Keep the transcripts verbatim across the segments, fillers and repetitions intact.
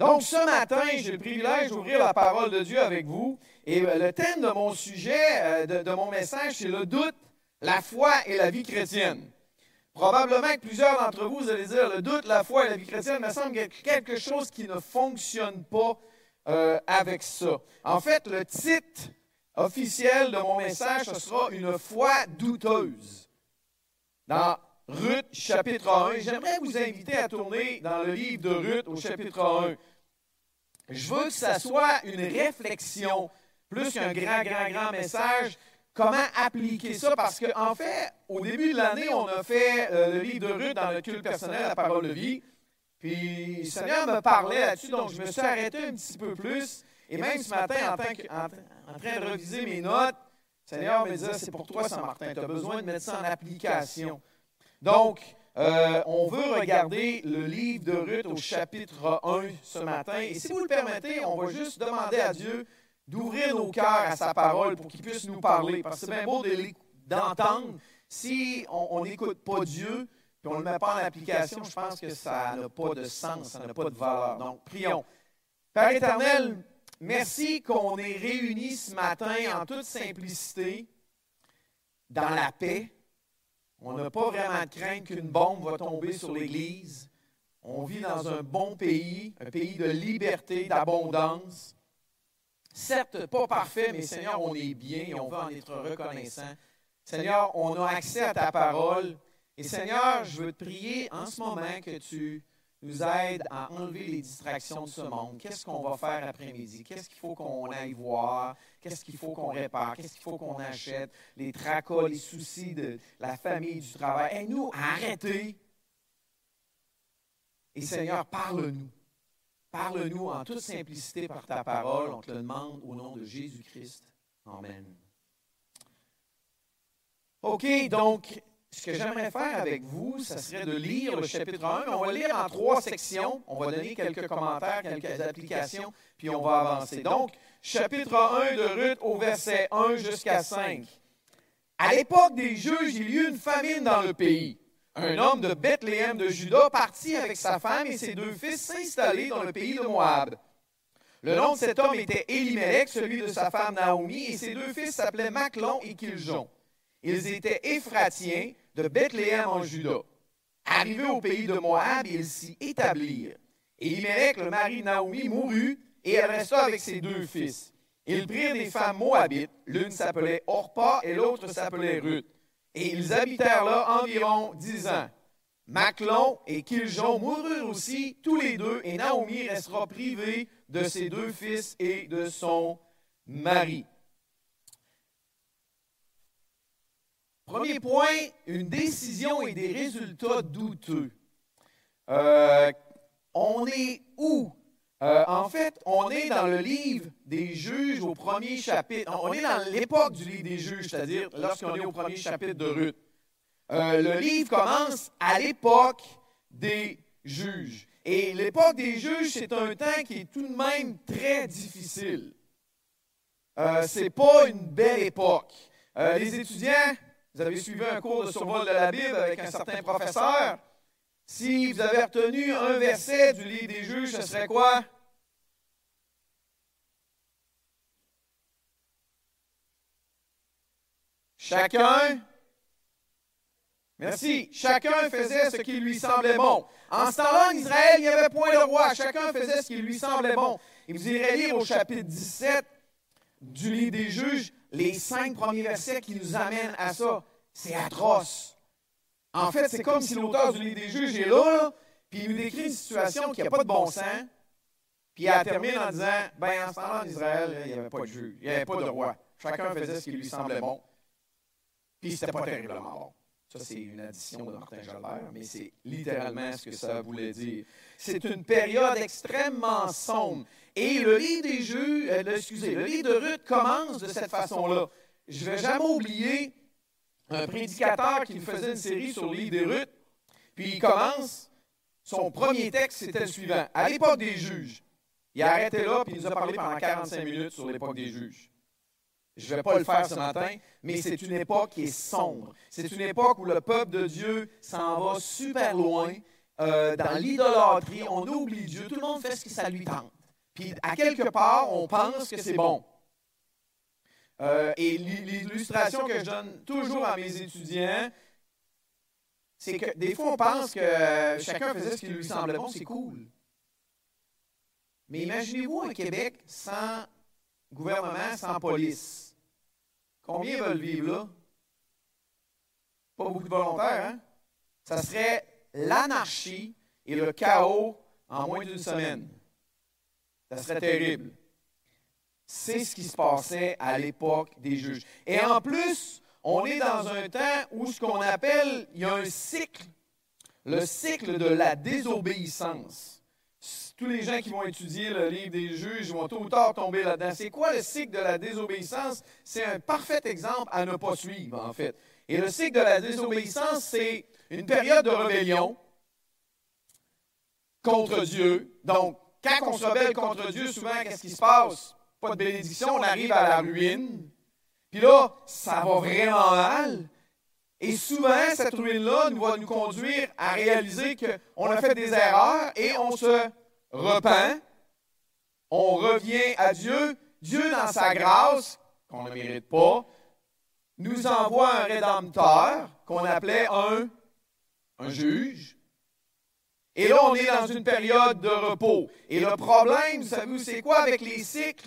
Donc, ce matin, j'ai le privilège d'ouvrir la parole de Dieu avec vous. Et le thème de mon sujet, de, de mon message, c'est le doute, la foi et la vie chrétienne. Probablement que plusieurs d'entre vous, vous allez dire, le doute, la foi et la vie chrétienne me semble quelque chose qui ne fonctionne pas euh, avec ça. En fait, le titre officiel de mon message, ce sera « Une foi douteuse ». Dans Ruth, chapitre un, j'aimerais vous inviter à tourner dans le livre de Ruth au chapitre un. Je veux que ça soit une réflexion, plus qu'un grand, grand, grand message. Comment appliquer ça? Parce qu'en en fait, au début de l'année, on a fait euh, le livre de Ruth dans le culte personnel, la parole de vie. Puis le Seigneur me parlait là-dessus, donc je me suis arrêté un petit peu plus. Et même ce matin, en, tant que, en, en train de reviser mes notes, le Seigneur me disait, c'est pour toi, Saint-Martin, tu as besoin de mettre ça en application. Donc, euh, on veut regarder le livre de Ruth au chapitre un ce matin. Et si vous le permettez, on va juste demander à Dieu d'ouvrir nos cœurs à sa parole pour qu'il puisse nous parler. Parce que c'est bien beau d'entendre. Si on n'écoute pas Dieu, puis on ne le met pas en application, je pense que ça n'a pas de sens, ça n'a pas de valeur. Donc, prions. Père éternel, merci qu'on est réunis ce matin en toute simplicité, dans la paix. On n'a pas vraiment de crainte qu'une bombe va tomber sur l'Église. On vit dans un bon pays, un pays de liberté, d'abondance. Certes, pas parfait, mais Seigneur, on est bien et on veut en être reconnaissant. Seigneur, on a accès à ta parole. Et Seigneur, je veux te prier en ce moment que tu nous aides à enlever les distractions de ce monde. Qu'est-ce qu'on va faire après-midi? Qu'est-ce qu'il faut qu'on aille voir? Qu'est-ce qu'il faut qu'on répare? Qu'est-ce qu'il faut qu'on achète? Les tracas, les soucis de la famille, du travail. Aide-nous à arrêter. Et Seigneur, parle-nous. Parle-nous en toute simplicité par ta parole. On te le demande au nom de Jésus-Christ. Amen. OK, donc, ce que j'aimerais faire avec vous, ce serait de lire le chapitre un, mais on va lire en trois sections. On va donner quelques commentaires, quelques applications, puis on va avancer. Donc, chapitre un de Ruth au verset un jusqu'à cinq. À l'époque des juges, il y eut une famine dans le pays. Un homme de Bethléem de Juda partit avec sa femme et ses deux fils s'installer dans le pays de Moab. Le nom de cet homme était Élimélec, celui de sa femme Naomi, et ses deux fils s'appelaient Machlon et Kiljon. Ils étaient Éphratiens de Bethléem en Juda. Arrivés au pays de Moab, ils s'y établirent. Élimélec, le mari de Naomi, mourut, et elle resta avec ses deux fils. Ils prirent des femmes moabites, l'une s'appelait Orpa et l'autre s'appelait Ruth. Et ils habitèrent là environ dix ans. Machlon et Kiljon moururent aussi, tous les deux, et Naomi restera privée de ses deux fils et de son mari. Premier point, une décision et des résultats douteux. Euh, on est où? Euh, en fait, on est dans le livre des Juges au premier chapitre. On est dans l'époque du livre des Juges, c'est-à-dire lorsqu'on est au premier chapitre de Ruth. Euh, le livre commence à l'époque des Juges. Et l'époque des Juges, c'est un temps qui est tout de même très difficile. Euh, c'est pas une belle époque. Euh, les étudiants, vous avez suivi un cours de survol de la Bible avec un certain professeur. Si vous avez retenu un verset du livre des Juges, ce serait quoi? Chacun, merci, chacun faisait ce qui lui semblait bon. En ce temps-là, en Israël, il n'y avait point de roi. Chacun faisait ce qui lui semblait bon. Et vous irez lire au chapitre dix-sept du livre des Juges, les cinq premiers versets qui nous amènent à ça. C'est atroce. En fait, c'est comme si l'auteur du livre des Juges est là, là puis il nous décrit une situation qui n'a pas de bon sens, puis elle termine en disant, ben en ce temps-là, en Israël, il n'y avait pas de juge, il n'y avait pas de roi. Chacun faisait ce qui lui semblait bon, puis c'était pas terriblement bon. Ça, c'est une addition de Martin Jalbert, mais c'est littéralement ce que ça voulait dire. C'est une période extrêmement sombre. Et le livre des Juges, euh, le, excusez, le livre de Ruth commence de cette façon-là. Je ne vais jamais oublier un prédicateur qui nous faisait une série sur le livre des Ruth, puis il commence, son premier texte, c'était le suivant. À l'époque des juges, il a arrêté là, puis il nous a parlé pendant quarante-cinq minutes sur l'époque des juges. Je ne vais pas le faire ce matin, mais c'est une époque qui est sombre. C'est une époque où le peuple de Dieu s'en va super loin, euh, dans l'idolâtrie, on oublie Dieu, tout le monde fait ce que ça lui tente. Puis à quelque part, on pense que c'est bon. Euh, et l'illustration que je donne toujours à mes étudiants, c'est que des fois, on pense que chacun faisait ce qui lui semblait bon, c'est cool. Mais imaginez-vous un Québec sans gouvernement, sans police. Combien veulent vivre là? Pas beaucoup de volontaires, hein? Ça serait l'anarchie et le chaos en moins d'une semaine. Ça serait terrible. C'est ce qui se passait à l'époque des juges. Et en plus, on est dans un temps où ce qu'on appelle, il y a un cycle, le cycle de la désobéissance. Tous les gens qui vont étudier le livre des juges vont tôt ou tard tomber là-dedans. C'est quoi le cycle de la désobéissance? C'est un parfait exemple à ne pas suivre, en fait. Et le cycle de la désobéissance, c'est une période de rébellion contre Dieu. Donc, quand on se rebelle contre Dieu, souvent, qu'est-ce qui se passe? Pas de bénédiction, on arrive à la ruine. Puis là, ça va vraiment mal. Et souvent, cette ruine-là nous va nous conduire à réaliser qu'on a fait des erreurs et on se repent. On revient à Dieu. Dieu, dans sa grâce, qu'on ne mérite pas, nous envoie un rédempteur qu'on appelait un, un juge. Et là, on est dans une période de repos. Et le problème, vous savez, c'est quoi avec les cycles?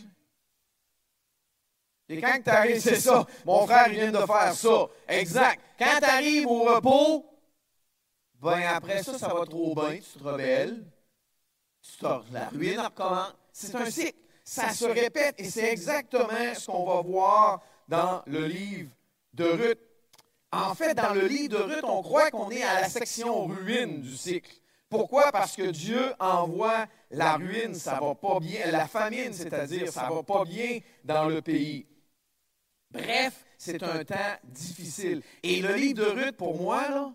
Et quand tu arrives, c'est ça. Mon frère, il vient de faire ça. Exact. Quand tu arrives au repos, ben après ça, ça va trop bien. Tu te rebelles. Tu te, la ruine recommence. C'est un cycle. Ça se répète. Et c'est exactement ce qu'on va voir dans le livre de Ruth. En fait, dans le livre de Ruth, on croit qu'on est à la section ruine du cycle. Pourquoi? Parce que Dieu envoie la ruine, ça va pas bien, la famine, c'est-à-dire ça va pas bien dans le pays. Bref, c'est un temps difficile. Et le livre de Ruth, pour moi, là,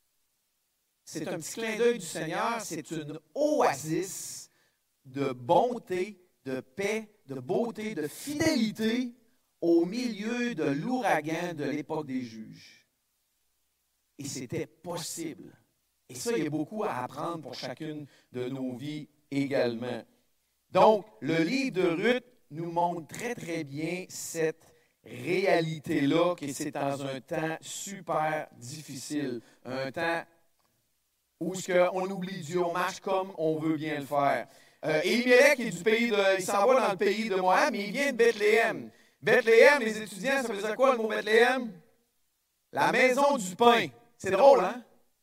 c'est un petit clin d'œil du Seigneur, c'est une oasis de bonté, de paix, de beauté, de fidélité au milieu de l'ouragan de l'époque des juges. Et c'était possible. Et ça, il y a beaucoup à apprendre pour chacune de nos vies également. Donc, le livre de Ruth nous montre très, très bien cette réalité-là, que c'est dans un temps super difficile, un temps où on oublie Dieu, on marche comme on veut bien le faire. Euh, Élimélec est du pays de, il s'en va dans le pays de Moab, mais il vient de Bethléem. Bethléem, les étudiants, ça veut dire quoi le mot Bethléem? La maison du pain. C'est drôle, hein?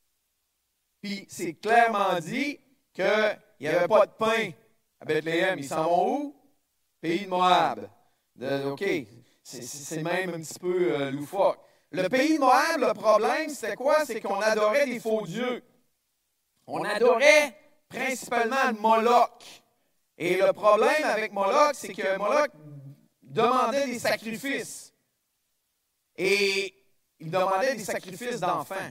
Puis c'est clairement dit qu'il n'y avait pas de pain à Bethléem. Ils s'en vont où? Pays de Moab. De, OK, c'est, c'est même un petit peu euh, loufoque. Le pays de Moab, le problème, c'était quoi? C'est qu'on adorait des faux dieux. On adorait principalement Moloch. Et le problème avec Moloch, c'est que Moloch demandait des sacrifices. Et il demandait des sacrifices d'enfants.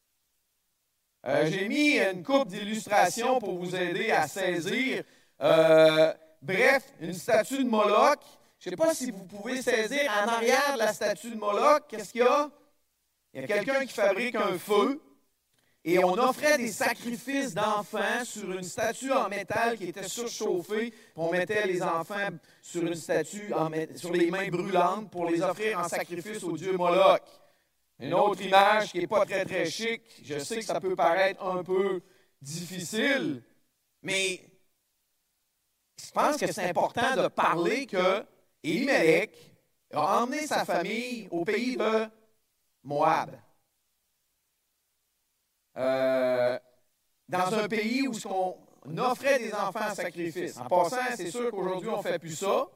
Euh, j'ai mis une couple d'illustrations pour vous aider à saisir. Euh, bref, une statue de Moloch. Je ne sais pas si vous pouvez saisir en arrière de la statue de Moloch. Qu'est-ce qu'il y a? Il y a quelqu'un qui fabrique un feu. Et on offrait des sacrifices d'enfants sur une statue en métal qui était surchauffée. On mettait les enfants sur une statue, en, sur les mains brûlantes pour les offrir en sacrifice au dieu Moloch. Une autre image qui n'est pas très, très chic. Je sais que ça peut paraître un peu difficile, mais je pense que c'est important de parler que Élimélec a emmené sa famille au pays de Moab. Euh, dans un pays où on offrait des enfants en sacrifice. En passant, c'est sûr qu'aujourd'hui, on ne fait plus ça.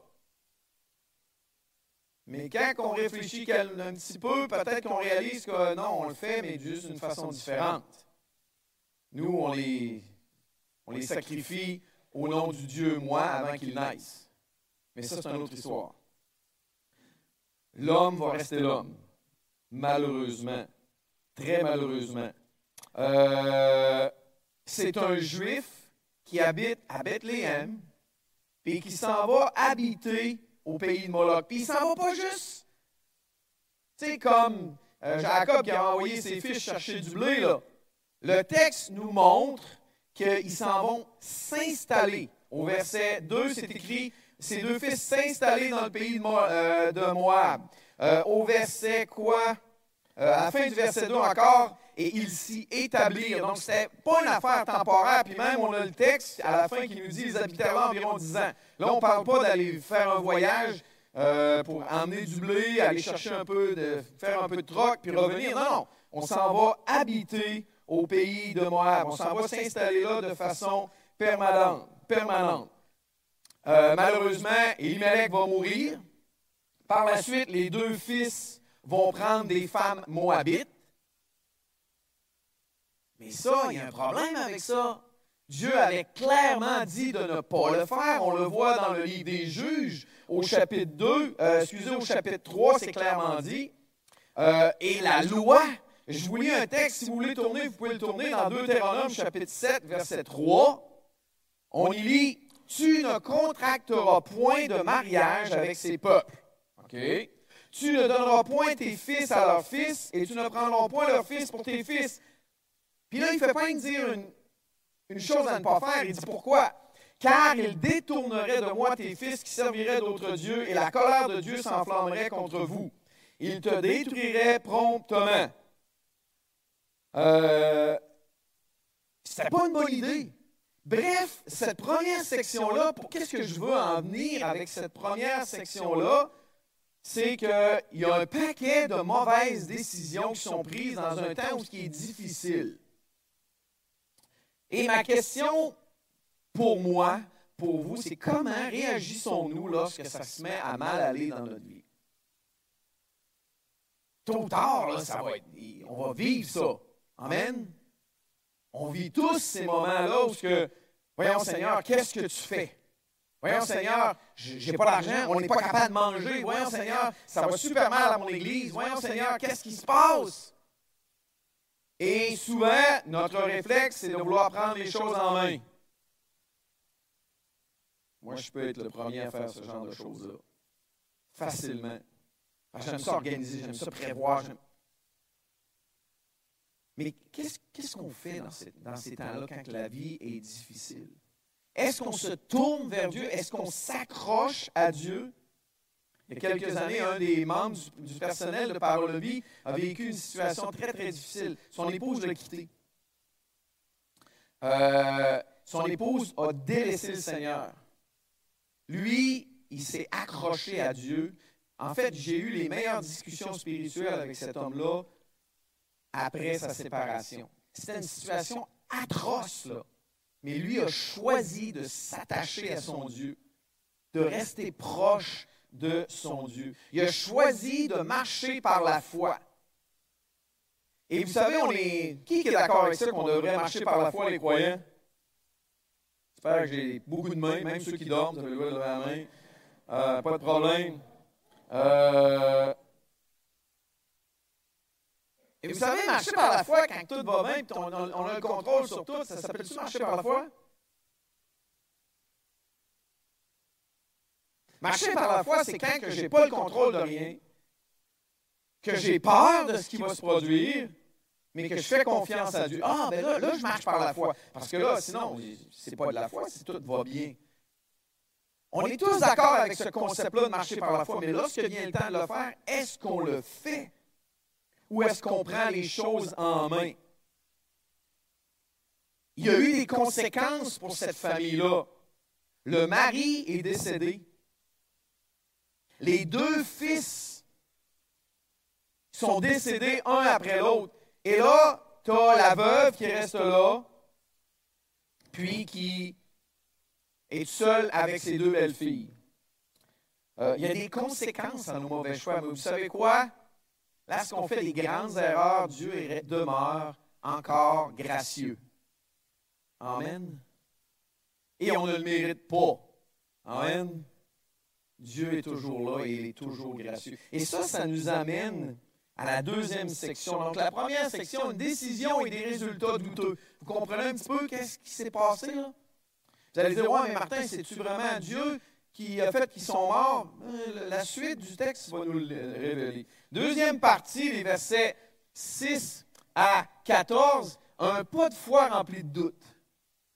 Mais quand on réfléchit un petit peu, peut-être qu'on réalise que non, on le fait, mais juste d'une façon différente. Nous, on les, on les sacrifie au nom du Dieu moi avant qu'il naisse. Mais ça, c'est une autre histoire. L'homme va rester l'homme, malheureusement, très malheureusement. Euh, c'est un Juif qui habite à Bethléem et qui s'en va habiter au pays de Moloch. Puis il s'en va pas juste, tu sais, comme euh, Jacob qui a envoyé ses fils chercher du blé, là. Le texte nous montre qu'ils s'en vont s'installer. Au verset deux, c'est écrit « Ces deux fils s'installer dans le pays de, Mo euh, de Moab. Euh, » Au verset quoi? Euh, à la fin du verset deux encore, « Et ils s'y établirent. » Donc, ce n'était pas une affaire temporaire. Puis même, on a le texte à la fin qui nous dit « Ils habitèrent là environ dix ans. » Là, on ne parle pas d'aller faire un voyage euh, pour emmener du blé, aller chercher un peu, de faire un peu de troc, puis revenir. Non, non. On s'en va habiter au pays de Moab. On s'en va s'installer là de façon permanente. permanente. Euh, malheureusement, Elimelech va mourir. Par la suite, les deux fils vont prendre des femmes moabites. Mais ça, il y a un problème avec ça. Dieu avait clairement dit de ne pas le faire. On le voit dans le livre des Juges, au chapitre deux, euh, excusez, au chapitre trois, c'est clairement dit. Euh, et la loi, je vous lis un texte, si vous voulez tourner, vous pouvez le tourner dans Deutéronome, chapitre sept, verset trois. On y lit « Tu ne contracteras point de mariage avec ces peuples. Okay. Tu ne donneras point tes fils à leurs fils, et tu ne prendras point leurs fils pour tes fils. » Puis là, il ne fait pas dire une, une chose à ne pas faire. Il dit pourquoi? « Car ils détourneraient de moi tes fils qui serviraient d'autres dieux, et la colère de Dieu s'enflammerait contre vous. Ils te détruiraient promptement. » Euh, C'était pas une bonne idée. Bref, cette première section-là, qu'est-ce que je veux en venir avec cette première section-là? C'est qu'il y a un paquet de mauvaises décisions qui sont prises dans un temps où ce qui est difficile. Et ma question pour moi, pour vous, c'est comment réagissons-nous lorsque ça se met à mal aller dans notre vie? Tôt ou tard, là, ça va être, on va vivre ça. Amen? On vit tous ces moments-là où, que, voyons Seigneur, qu'est-ce que tu fais? Voyons Seigneur, j'ai pas d'argent, on n'est pas capable de manger. Voyons Seigneur, ça va super mal à mon église. Voyons Seigneur, qu'est-ce qui se passe? Et souvent, notre réflexe, c'est de vouloir prendre les choses en main. Moi, je peux être le premier à faire ce genre de choses-là. Facilement. Parce que j'aime ça organiser, j'aime ça prévoir. Mais qu'est-ce qu'est-ce qu'on fait dans ces, dans ces temps-là quand la vie est difficile? Est-ce qu'on se tourne vers Dieu? Est-ce qu'on s'accroche à Dieu? Il y a quelques années, un des membres du, du personnel de Parole-Vie a vécu une situation très, très difficile. Son épouse l'a quitté. Euh, son épouse a délaissé le Seigneur. Lui, il s'est accroché à Dieu. En fait, j'ai eu les meilleures discussions spirituelles avec cet homme-là après sa séparation. C'était une situation atroce, là. Mais lui a choisi de s'attacher à son Dieu, de rester proche de son Dieu. Il a choisi de marcher par la foi. Et vous savez, on est... qui est d'accord avec ça qu'on devrait marcher par la foi, les croyants? J'espère que j'ai beaucoup de mains, même ceux qui dorment, vous avez le droit de lever la main. Euh, pas de problème. Euh... Et vous savez, marcher par la foi, quand tout va bien et on, on a le contrôle sur tout, ça s'appelle-tu marcher par la foi? Marcher par la foi, c'est quand que je n'ai pas le contrôle de rien, que j'ai peur de ce qui va se produire, mais que je fais confiance à Dieu. Ah, ben là, là, je marche par la foi. Parce que là, sinon, c'est pas de la foi, si tout va bien. On est tous d'accord avec ce concept-là de marcher par la foi, mais lorsque vient le temps de le faire, est-ce qu'on le fait? Ou est-ce qu'on prend les choses en main? Il y a eu des conséquences pour cette famille-là. Le mari est décédé. Les deux fils sont décédés un après l'autre. Et là, tu as la veuve qui reste là, puis qui est seule avec ses deux belles-filles. Euh, il y a des conséquences à nos mauvais choix, mais vous savez quoi? Lorsqu'on fait des grandes erreurs, Dieu demeure encore gracieux. Amen. Et on ne le mérite pas. Amen. Dieu est toujours là et il est toujours gracieux. Et ça, ça nous amène à la deuxième section. Donc, la première section, une décision et des résultats douteux. Vous comprenez un petit peu qu'est-ce qui s'est passé là? Vous allez dire, ouais, mais Martin, c'est-tu vraiment Dieu qui a fait qu'ils sont morts? La suite du texte va nous le révéler. Deuxième partie, les versets six à quatorze, un pas de foi rempli de doutes.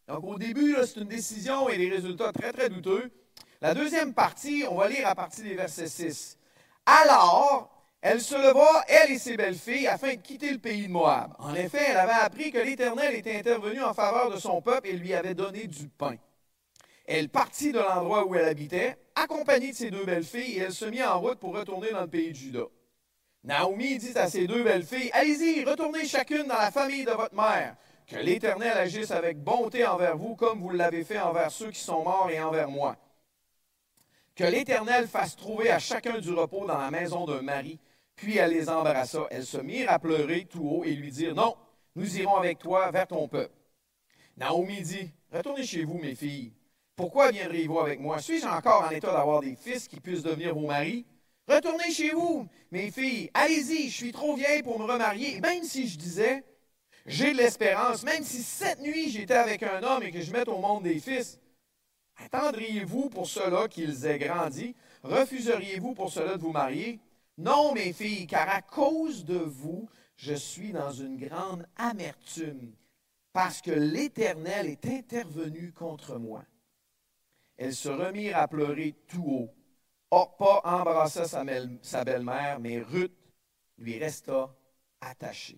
Donc, au début, c'est une décision et des résultats très, très douteux. La deuxième partie, on va lire à partir des versets six. « Alors, elle se leva, elle et ses belles-filles, afin de quitter le pays de Moab. En effet, elle avait appris que l'Éternel était intervenu en faveur de son peuple et lui avait donné du pain. Elle partit de l'endroit où elle habitait, accompagnée de ses deux belles-filles, et elle se mit en route pour retourner dans le pays de Juda. Naomi dit à ses deux belles-filles, « Allez-y, retournez chacune dans la famille de votre mère. Que l'Éternel agisse avec bonté envers vous, comme vous l'avez fait envers ceux qui sont morts et envers moi. Que l'Éternel fasse trouver à chacun du repos dans la maison d'un mari. » Puis elle les embrassa. Elles se mirent à pleurer tout haut et lui dirent, « Non, nous irons avec toi vers ton peuple. » Naomi dit, « Retournez chez vous, mes filles. Pourquoi viendriez-vous avec moi? Suis-je encore en état d'avoir des fils qui puissent devenir vos maris? Retournez chez vous, mes filles. Allez-y, je suis trop vieille pour me remarier. Même si je disais, j'ai de l'espérance, même si cette nuit j'étais avec un homme et que je mette au monde des fils, attendriez-vous pour cela qu'ils aient grandi? Refuseriez-vous pour cela de vous marier? Non, mes filles, car à cause de vous, je suis dans une grande amertume, parce que l'Éternel est intervenu contre moi. » Elles se remirent à pleurer tout haut. Orpa embrassa sa, sa belle-mère, mais Ruth lui resta attachée.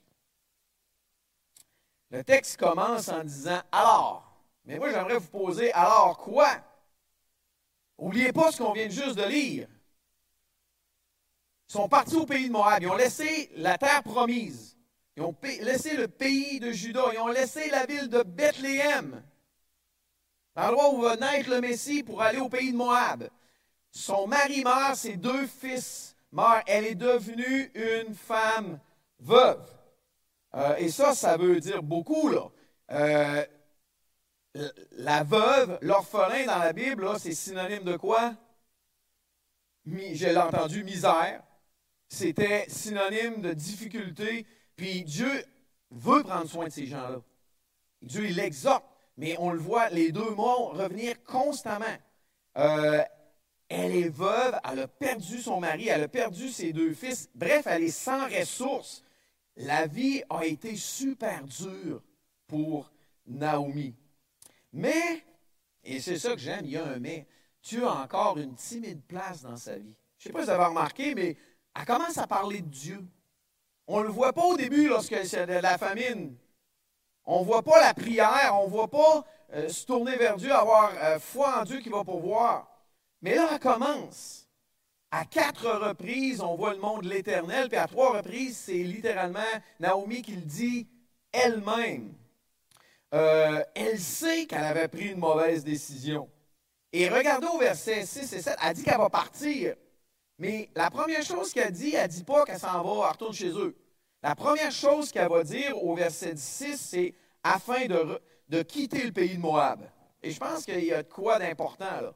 Le texte commence en disant « Alors ». Mais moi, j'aimerais vous poser « Alors quoi ?» N'oubliez pas ce qu'on vient juste de lire. Ils sont partis au pays de Moab. Ils ont laissé la terre promise. Ils ont laissé le pays de Juda. Ils ont laissé la ville de Bethléem, l'endroit où va naître le Messie, pour aller au pays de Moab. Son mari meurt, ses deux fils meurent. Elle est devenue une femme veuve. Euh, et ça, ça veut dire beaucoup, là. Euh, la veuve, l'orphelin dans la Bible, là, c'est synonyme de quoi? Mi, je l'ai entendu, misère. C'était synonyme de difficulté. Puis Dieu veut prendre soin de ces gens-là. Dieu, il l'exhorte. Mais on le voit, les deux mots revenir constamment. Euh, elle est veuve, elle a perdu son mari, elle a perdu ses deux fils. Bref, elle est sans ressources. La vie a été super dure pour Naomi. Mais, et c'est ça que j'aime, il y a un mais, Dieu a encore une timide place dans sa vie. Je ne sais pas si vous avez remarqué, mais elle commence à parler de Dieu. On ne le voit pas au début lorsque c'est de la famine. On ne voit pas la prière, on ne voit pas euh, se tourner vers Dieu, avoir euh, foi en Dieu qui va pourvoir. Mais là, elle commence. À quatre reprises, on voit le monde de l'Éternel, puis à trois reprises, c'est littéralement Naomi qui le dit elle-même. Euh, elle sait qu'elle avait pris une mauvaise décision. Et regardez au verset six et sept, elle dit qu'elle va partir. Mais la première chose qu'elle dit, elle ne dit pas qu'elle s'en va, elle retourne chez eux. La première chose qu'elle va dire au verset six, c'est « afin de, de quitter le pays de Moab ». Et je pense qu'il y a de quoi d'important là.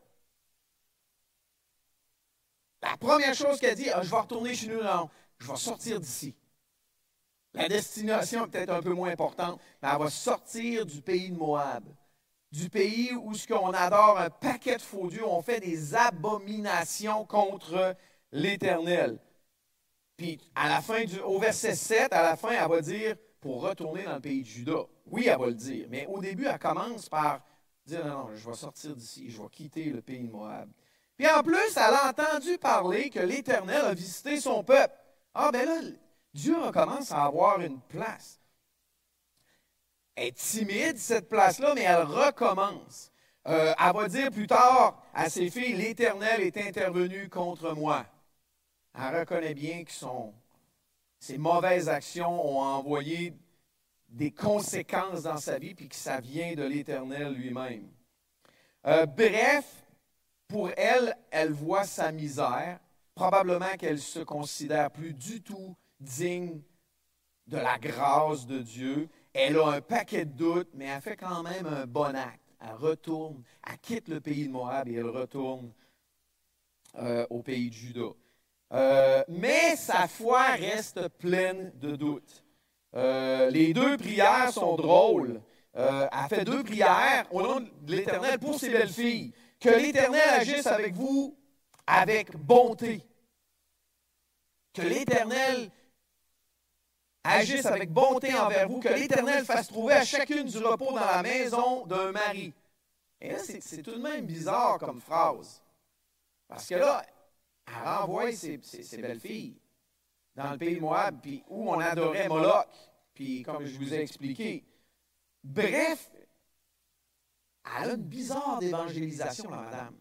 La première chose qu'elle dit, ah, « je vais retourner chez nous, non, je vais sortir d'ici ». La destination est peut-être un peu moins importante, mais elle va sortir du pays de Moab. Du pays où ce qu'on adore un paquet de faux dieux, on fait des abominations contre l'Éternel. Puis, à la fin du, au verset sept, à la fin, elle va dire, pour retourner dans le pays de Juda. Oui, elle va le dire, mais au début, elle commence par dire, non, non, je vais sortir d'ici, je vais quitter le pays de Moab. Puis en plus, elle a entendu parler que l'Éternel a visité son peuple. Ah, ben là, Dieu recommence à avoir une place. Elle est timide, cette place-là, mais elle recommence. Euh, elle va dire plus tard à ses filles, l'Éternel est intervenu contre moi. Elle reconnaît bien que son, ses mauvaises actions ont envoyé des conséquences dans sa vie, puis que ça vient de l'Éternel lui-même. Euh, bref, pour elle, elle voit sa misère. Probablement qu'elle ne se considère plus du tout digne de la grâce de Dieu. Elle a un paquet de doutes, mais elle fait quand même un bon acte. Elle retourne, elle quitte le pays de Moab et elle retourne euh, au pays de Juda. Euh, mais sa foi reste pleine de doutes. Euh, les deux prières sont drôles. Euh, elle fait deux prières au nom de l'Éternel pour ses belles-filles. Que l'Éternel agisse avec vous avec bonté. Que l'Éternel agisse avec bonté envers vous, que l'Éternel fasse trouver à chacune du repos dans la maison d'un mari. Et là, c'est, c'est tout de même bizarre comme phrase. Parce que là, elle renvoie ses, ses, ses belles-filles dans le pays de Moab, puis où on adorait Moloch, puis comme je vous ai expliqué. Bref, elle a une bizarre d'évangélisation, la madame.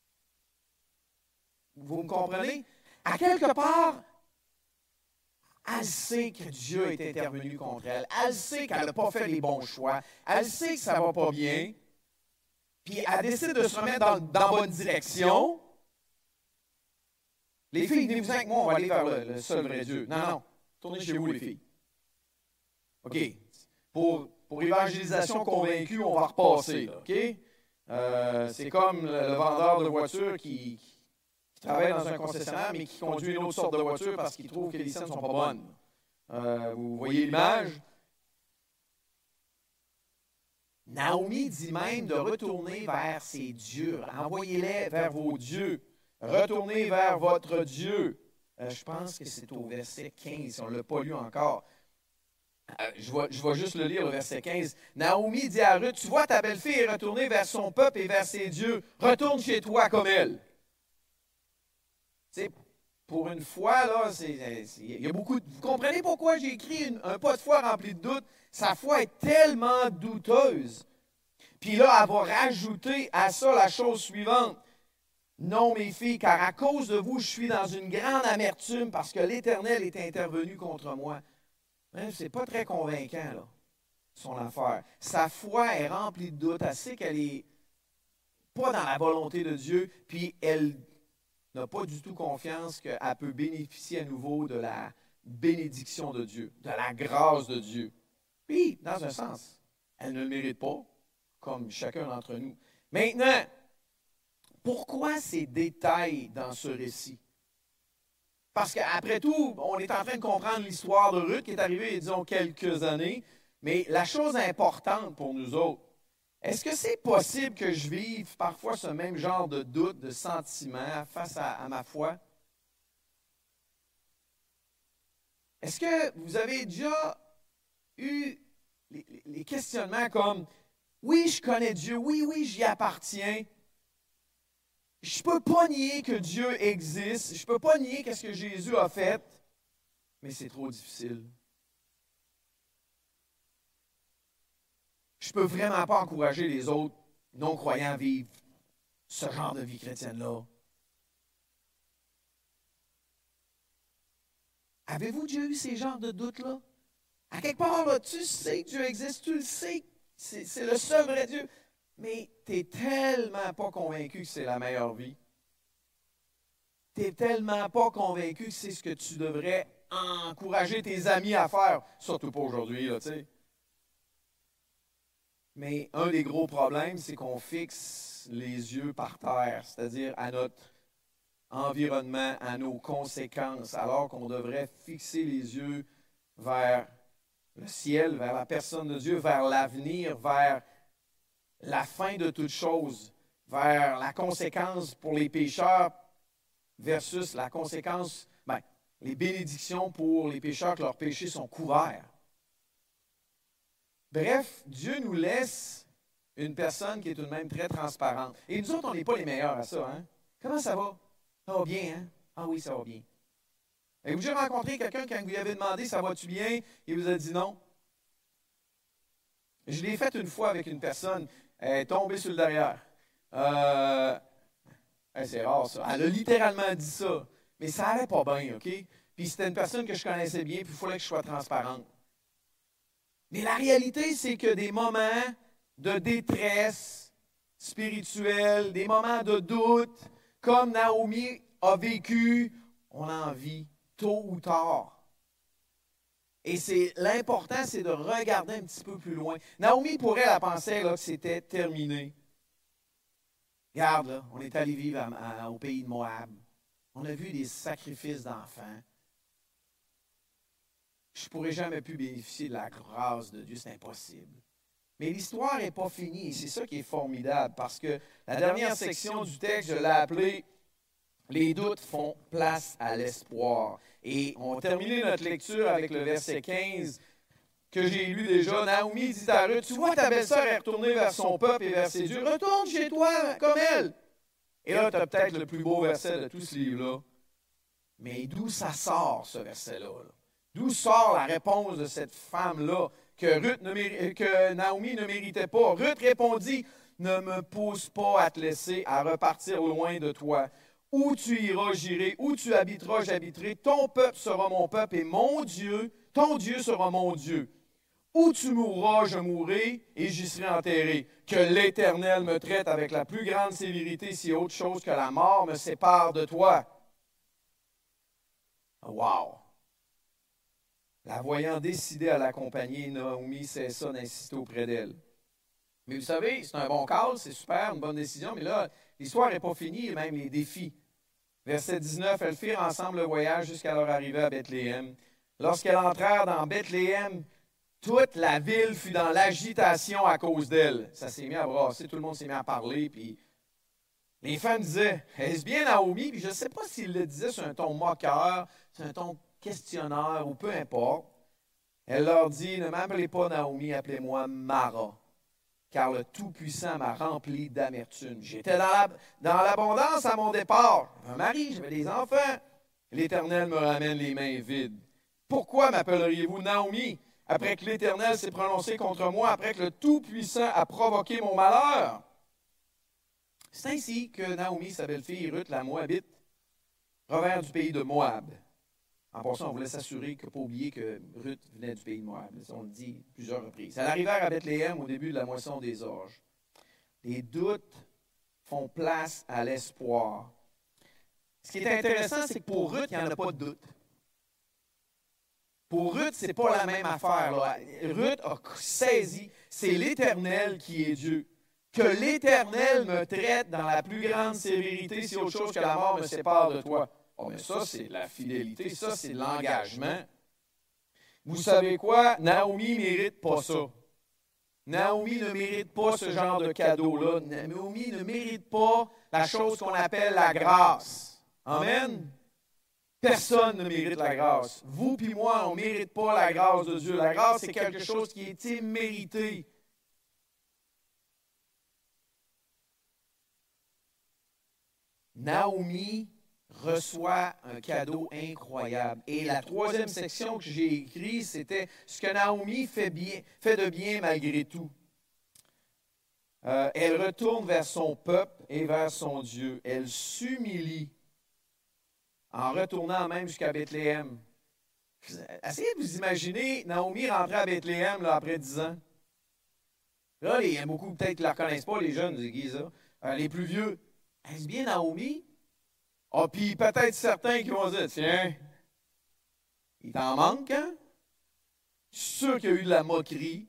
Vous me comprenez? À quelque part, elle sait que Dieu est intervenu contre elle. Elle sait qu'elle n'a pas fait les bons choix. Elle sait que ça ne va pas bien. Puis elle décide de se remettre dans, dans la bonne direction. Les filles, venez-vous avec moi, on va aller vers le, le seul vrai Dieu. Non, non, tournez chez vous, les filles. OK. Pour, pour évangélisation convaincue, on va repasser. Là, OK? Euh, c'est comme le, le vendeur de voitures qui, qui travaille dans un concessionnaire, mais qui conduit une autre sorte de voiture parce qu'il trouve que les siennes ne sont pas bonnes. Euh, vous voyez l'image? Naomi dit même de retourner vers ses dieux. Envoyez-les vers vos dieux. Retournez vers votre Dieu. Euh, je pense que c'est au verset quinze, on ne l'a pas lu encore. Euh, je, vais, je vais juste le lire, le verset quinze. Naomi dit à Ruth, tu vois, ta belle-fille est retournée vers son peuple et vers ses dieux. Retourne chez toi comme elle. C'est, pour une fois, là, il y a beaucoup. De, vous comprenez pourquoi j'ai écrit une, un pas de foi rempli de doutes? Sa foi est tellement douteuse. Puis là, elle va rajouter à ça la chose suivante. Non, mes filles, car à cause de vous, je suis dans une grande amertume parce que l'Éternel est intervenu contre moi. Hein, c'est pas très convaincant, là, son affaire. Sa foi est remplie de doutes. Elle sait qu'elle n'est pas dans la volonté de Dieu, puis elle n'a pas du tout confiance qu'elle peut bénéficier à nouveau de la bénédiction de Dieu, de la grâce de Dieu. Puis, dans un sens, elle ne le mérite pas, comme chacun d'entre nous. Maintenant, pourquoi ces détails dans ce récit? Parce qu'après tout, on est en train de comprendre l'histoire de Ruth qui est arrivée il y a, disons, quelques années. Mais la chose importante pour nous autres, est-ce que c'est possible que je vive parfois ce même genre de doute, de sentiment face à, à ma foi? Est-ce que vous avez déjà eu les, les questionnements comme « Oui, je connais Dieu, oui, oui, j'y appartiens. Je ne peux pas nier que Dieu existe, je ne peux pas nier qu'est-ce que Jésus a fait, mais c'est trop difficile. Je ne peux vraiment pas encourager les autres non-croyants à vivre ce genre de vie chrétienne-là. » Avez-vous déjà eu ces genres de doutes-là? À quelque part, là, tu sais que Dieu existe, tu le sais, c'est, c'est le seul vrai Dieu, mais tu n'es tellement pas convaincu que c'est la meilleure vie. Tu n'es tellement pas convaincu que c'est ce que tu devrais encourager tes amis à faire, surtout pas aujourd'hui, là, tu sais. Mais un des gros problèmes, c'est qu'on fixe les yeux par terre, c'est-à-dire à notre environnement, à nos conséquences, alors qu'on devrait fixer les yeux vers le ciel, vers la personne de Dieu, vers l'avenir, vers la fin de toute chose, vers la conséquence pour les pécheurs versus la conséquence, ben, les bénédictions pour les pécheurs que leurs péchés sont couverts. Bref, Dieu nous laisse une personne qui est tout de même très transparente. Et nous autres, on n'est pas les meilleurs à ça, hein? Comment ça va? Ça va bien, hein? Ah oui, ça va bien. Avez-vous déjà rencontré quelqu'un quand vous lui avez demandé « ça va-tu bien » et il vous a dit non? Je l'ai fait une fois avec une personne, elle est tombée sur le derrière. Euh, c'est rare ça. Elle a littéralement dit ça, mais ça allait pas bien, OK? Puis c'était une personne que je connaissais bien, puis il fallait que je sois transparente. Mais la réalité, c'est que des moments de détresse spirituelle, des moments de doute, comme Naomi a vécu, on en vit tôt ou tard. Et c'est, l'important, c'est de regarder un petit peu plus loin. Naomi, pour elle, elle pensait là, que c'était terminé. Regarde, là, on est allé vivre à, à, au pays de Moab. On a vu des sacrifices d'enfants. Je ne pourrais jamais plus bénéficier de la grâce de Dieu, c'est impossible. Mais l'histoire n'est pas finie et c'est ça qui est formidable parce que la dernière section du texte, je l'ai appelée « Les doutes font place à l'espoir ». Et on va terminer notre lecture avec le verset quinze que j'ai lu déjà. Naomi dit à Ruth, tu vois, ta belle-sœur est retournée vers son peuple et vers ses dieux. Retourne chez toi comme elle. Et là, tu as peut-être le plus beau verset de tout ce livre-là. Mais d'où ça sort, ce verset-là? Là? D'où sort la réponse de cette femme-là que, Ruth ne méri- que Naomi ne méritait pas? Ruth répondit, ne me pousse pas à te laisser à repartir loin de toi. Où tu iras, j'irai. Où tu habiteras, j'habiterai. Ton peuple sera mon peuple et mon Dieu, ton Dieu sera mon Dieu. Où tu mourras, je mourrai et j'y serai enterré. Que l'Éternel me traite avec la plus grande sévérité si autre chose que la mort me sépare de toi. Wow! La voyant décidée à l'accompagner, Naomi cessa d'insister auprès d'elle. Mais vous savez, c'est un bon cas, c'est super, une bonne décision, mais là, l'histoire n'est pas finie, et même les défis. Verset dix-neuf, elles firent ensemble le voyage jusqu'à leur arrivée à Bethléem. Lorsqu'elles entrèrent dans Bethléem, toute la ville fut dans l'agitation à cause d'elle. Ça s'est mis à brasser, tout le monde s'est mis à parler, puis les femmes disaient, « Est-ce bien Naomi? » Puis je ne sais pas s'ils le disaient sur un ton moqueur, sur un ton questionneur, ou peu importe. Elle leur dit, « Ne m'appelez pas Naomi, appelez-moi Mara, car le Tout-Puissant m'a rempli d'amertume. J'étais dans, la, dans l'abondance à mon départ. Un mari, j'avais des enfants. L'Éternel me ramène les mains vides. Pourquoi m'appelleriez-vous Naomi? Après que l'Éternel s'est prononcé contre moi, après que le Tout-Puissant a provoqué mon malheur. » C'est ainsi que Naomi, sa belle-fille, Ruth, la Moabite, revinrent du pays de Moab. En passant, on voulait s'assurer qu'il ne faut pas oublier que Ruth venait du pays de Moab. On le dit plusieurs reprises. Elles arrivèrent à Bethléem au début de la moisson des orges. Les doutes font place à l'espoir. Ce qui est intéressant, c'est que pour Ruth, il n'y en a pas de doute. Pour Ruth, ce n'est pas la même affaire. Là. Ruth a saisi, c'est l'Éternel qui est Dieu. Que l'Éternel me traite dans la plus grande sévérité si autre chose que la mort me sépare de toi. Oh, mais ça, c'est la fidélité, ça, c'est l'engagement. Vous savez quoi? Naomi ne mérite pas ça. Naomi ne mérite pas ce genre de cadeau-là. Naomi ne mérite pas la chose qu'on appelle la grâce. Amen? Personne ne mérite la grâce. Vous puis moi, on ne mérite pas la grâce de Dieu. La grâce, c'est quelque chose qui est immérité. Naomi reçoit un cadeau incroyable. Et la troisième section que j'ai écrite, c'était ce que Naomi fait, bien, fait de bien malgré tout. Euh, elle retourne vers son peuple et vers son Dieu. Elle s'humilie en retournant même jusqu'à Bethléem. Essayez de vous imaginer Naomi rentrer à Bethléem là, après dix ans. Là, il y a beaucoup peut-être qui ne la reconnaissent pas, les jeunes, qui ça? Euh, les plus vieux. Est-ce bien Naomi? Ah, oh, puis peut-être certains qui vont dire, tiens, il t'en manque, hein? Je suis sûr qu'il y a eu de la moquerie.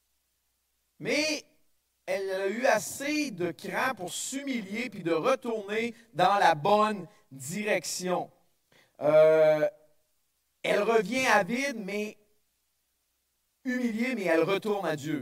Mais elle a eu assez de cran pour s'humilier puis de retourner dans la bonne direction. Euh, elle revient à vide, mais humiliée, mais elle retourne à Dieu.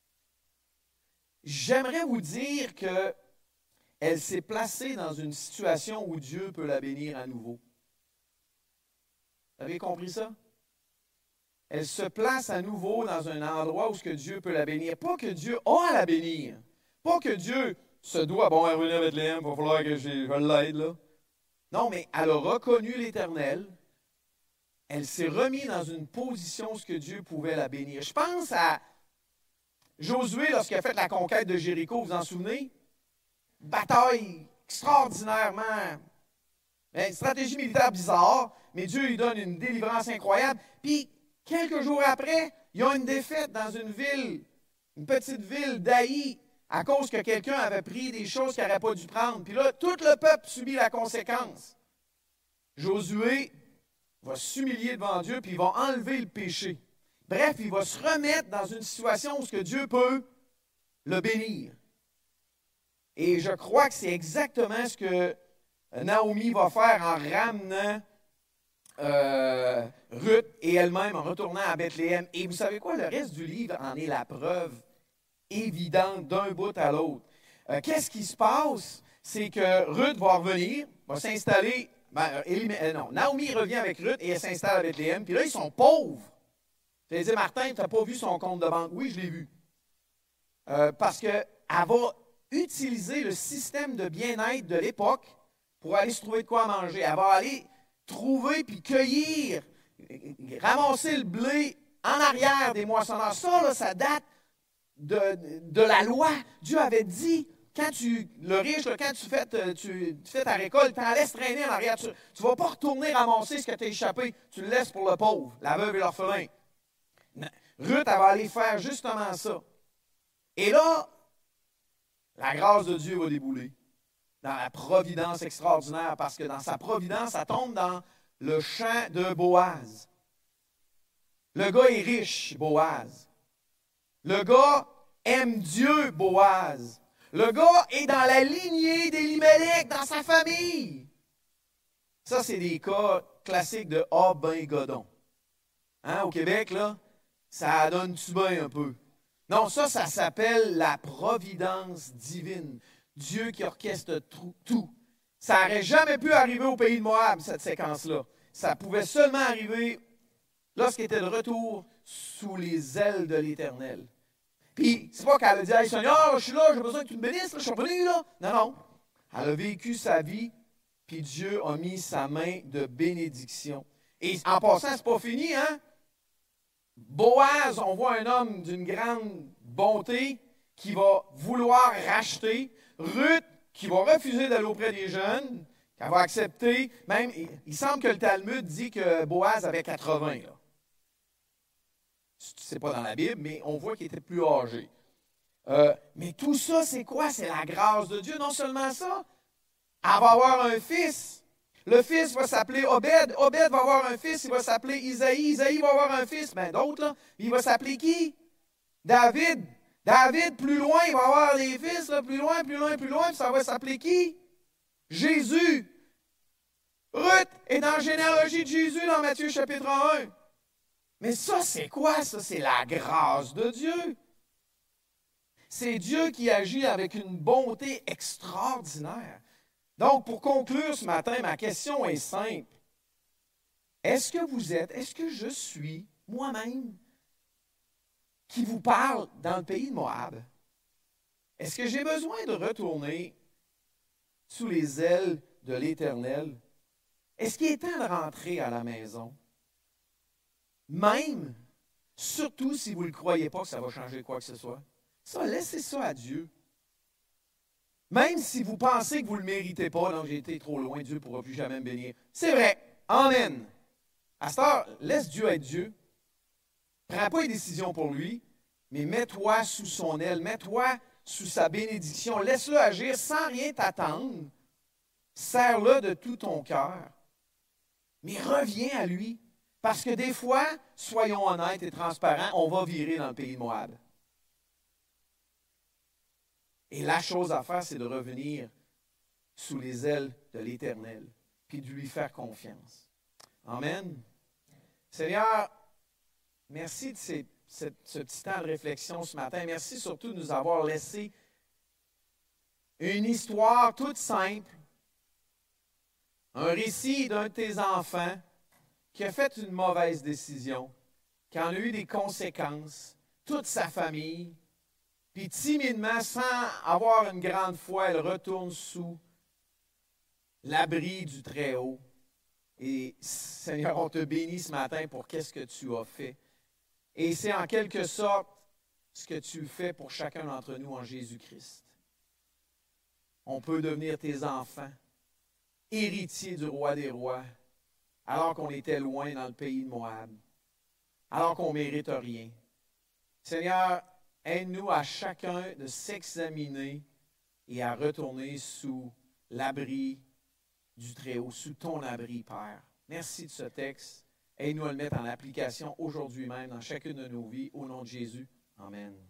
J'aimerais vous dire que elle s'est placée dans une situation où Dieu peut la bénir à nouveau. Vous avez compris ça? Elle se place à nouveau dans un endroit où ce que Dieu peut la bénir. Pas que Dieu a à la bénir. Pas que Dieu se doit, bon, elle revient à Bethléem, il va falloir que je, je l'aide, là. Non, mais elle a reconnu l'Éternel. Elle s'est remise dans une position où ce que Dieu pouvait la bénir. Je pense à Josué lorsqu'il a fait la conquête de Jéricho, vous vous en souvenez? Bataille extraordinairement, une stratégie militaire bizarre, mais Dieu lui donne une délivrance incroyable. Puis, quelques jours après, il y a une défaite dans une ville, une petite ville d'Aï, à cause que quelqu'un avait pris des choses qu'il n'aurait pas dû prendre. Puis là, tout le peuple subit la conséquence. Josué va s'humilier devant Dieu, puis il va enlever le péché. Bref, il va se remettre dans une situation où ce que Dieu peut le bénir. Et je crois que c'est exactement ce que Naomi va faire en ramenant euh, Ruth et elle-même en retournant à Bethléem. Et vous savez quoi? Le reste du livre en est la preuve évidente d'un bout à l'autre. Euh, qu'est-ce qui se passe? C'est que Ruth va revenir, va s'installer ben, Élie, euh, non, Naomi revient avec Ruth et elle s'installe à Bethléem. Puis là, ils sont pauvres. Tu vas dire, Martin, tu n'as pas vu son compte de banque? Oui, je l'ai vu. Euh, parce qu'elle va utiliser le système de bien-être de l'époque pour aller se trouver de quoi manger. Elle va aller trouver puis cueillir, ramasser le blé en arrière des moissonneurs. Ça, là, ça date de, de la loi. Dieu avait dit, quand tu, le riche, là, quand tu fais, tu, tu fais ta récolte, tu en laisses traîner en arrière. Tu ne vas pas retourner ramasser ce que tu as échappé. Tu le laisses pour le pauvre, la veuve et l'orphelin. Ruth, elle va aller faire justement ça. Et là, la grâce de Dieu va débouler dans la providence extraordinaire, parce que dans sa providence, ça tombe dans le champ de Boaz. Le gars est riche, Boaz. Le gars aime Dieu, Boaz. Le gars est dans la lignée d'Élimélec, dans sa famille. Ça, c'est des cas classiques de « Ah ben godon ». Hein, au Québec, là, ça donne-tu bien un peu? Non, ça, ça s'appelle la providence divine. Dieu qui orchestre tout. Ça n'aurait jamais pu arriver au pays de Moab, cette séquence-là. Ça pouvait seulement arriver lorsqu'il était de retour sous les ailes de l'Éternel. Puis, c'est pas qu'elle a dit, hey, Seigneur, je suis là, j'ai besoin que tu me bénisses, là, je suis revenu, là. Non, non. Elle a vécu sa vie, puis Dieu a mis sa main de bénédiction. Et en passant, c'est pas fini, hein? Boaz, on voit un homme d'une grande bonté qui va vouloir racheter. Ruth, qui va refuser d'aller auprès des jeunes, qui va accepter. Même, il semble que le Talmud dit que Boaz avait quatre-vingts. Là. C'est pas dans la Bible, mais on voit qu'il était plus âgé. Euh, mais tout ça, c'est quoi? C'est la grâce de Dieu. Non seulement ça, elle va avoir un fils. Le fils va s'appeler Obed. Obed va avoir un fils, il va s'appeler Isaïe. Isaïe va avoir un fils. Ben d'autres, là, il va s'appeler qui? David. David, plus loin, il va avoir des fils, là, plus loin, plus loin, plus loin, puis ça va s'appeler qui? Jésus. Ruth est dans la généalogie de Jésus dans Matthieu chapitre un. Mais ça, c'est quoi? Ça, c'est la grâce de Dieu. C'est Dieu qui agit avec une bonté extraordinaire. Donc, pour conclure ce matin, ma question est simple. Est-ce que vous êtes, est-ce que je suis moi-même qui vous parle dans le pays de Moab? Est-ce que j'ai besoin de retourner sous les ailes de l'Éternel? Est-ce qu'il est temps de rentrer à la maison? Même, surtout si vous ne croyez pas que ça va changer quoi que ce soit. Ça, laissez ça à Dieu. Même si vous pensez que vous ne le méritez pas, donc j'ai été trop loin, Dieu ne pourra plus jamais me bénir. C'est vrai. Amen. À cette heure, laisse Dieu être Dieu. Prends pas une décision pour lui, mais mets-toi sous son aile, mets-toi sous sa bénédiction. Laisse-le agir sans rien t'attendre. Serre-le de tout ton cœur. Mais reviens à lui. Parce que des fois, soyons honnêtes et transparents, on va virer dans le pays de Moab. Et la chose à faire, c'est de revenir sous les ailes de l'Éternel, puis de lui faire confiance. Amen. Seigneur, merci de ces, ce, ce petit temps de réflexion ce matin. Merci surtout de nous avoir laissé une histoire toute simple, un récit d'un de tes enfants qui a fait une mauvaise décision, qui en a eu des conséquences, toute sa famille. Puis timidement, sans avoir une grande foi, elle retourne sous l'abri du Très-Haut. Et Seigneur, on te bénit ce matin pour qu'est-ce que tu as fait. Et c'est en quelque sorte ce que tu fais pour chacun d'entre nous en Jésus-Christ. On peut devenir tes enfants, héritiers du roi des rois, alors qu'on était loin dans le pays de Moab, alors qu'on ne mérite rien. Seigneur, aide-nous à chacun de s'examiner et à retourner sous l'abri du Très-Haut, sous ton abri, Père. Merci de ce texte. Aide-nous à le mettre en application aujourd'hui même dans chacune de nos vies. Au nom de Jésus. Amen.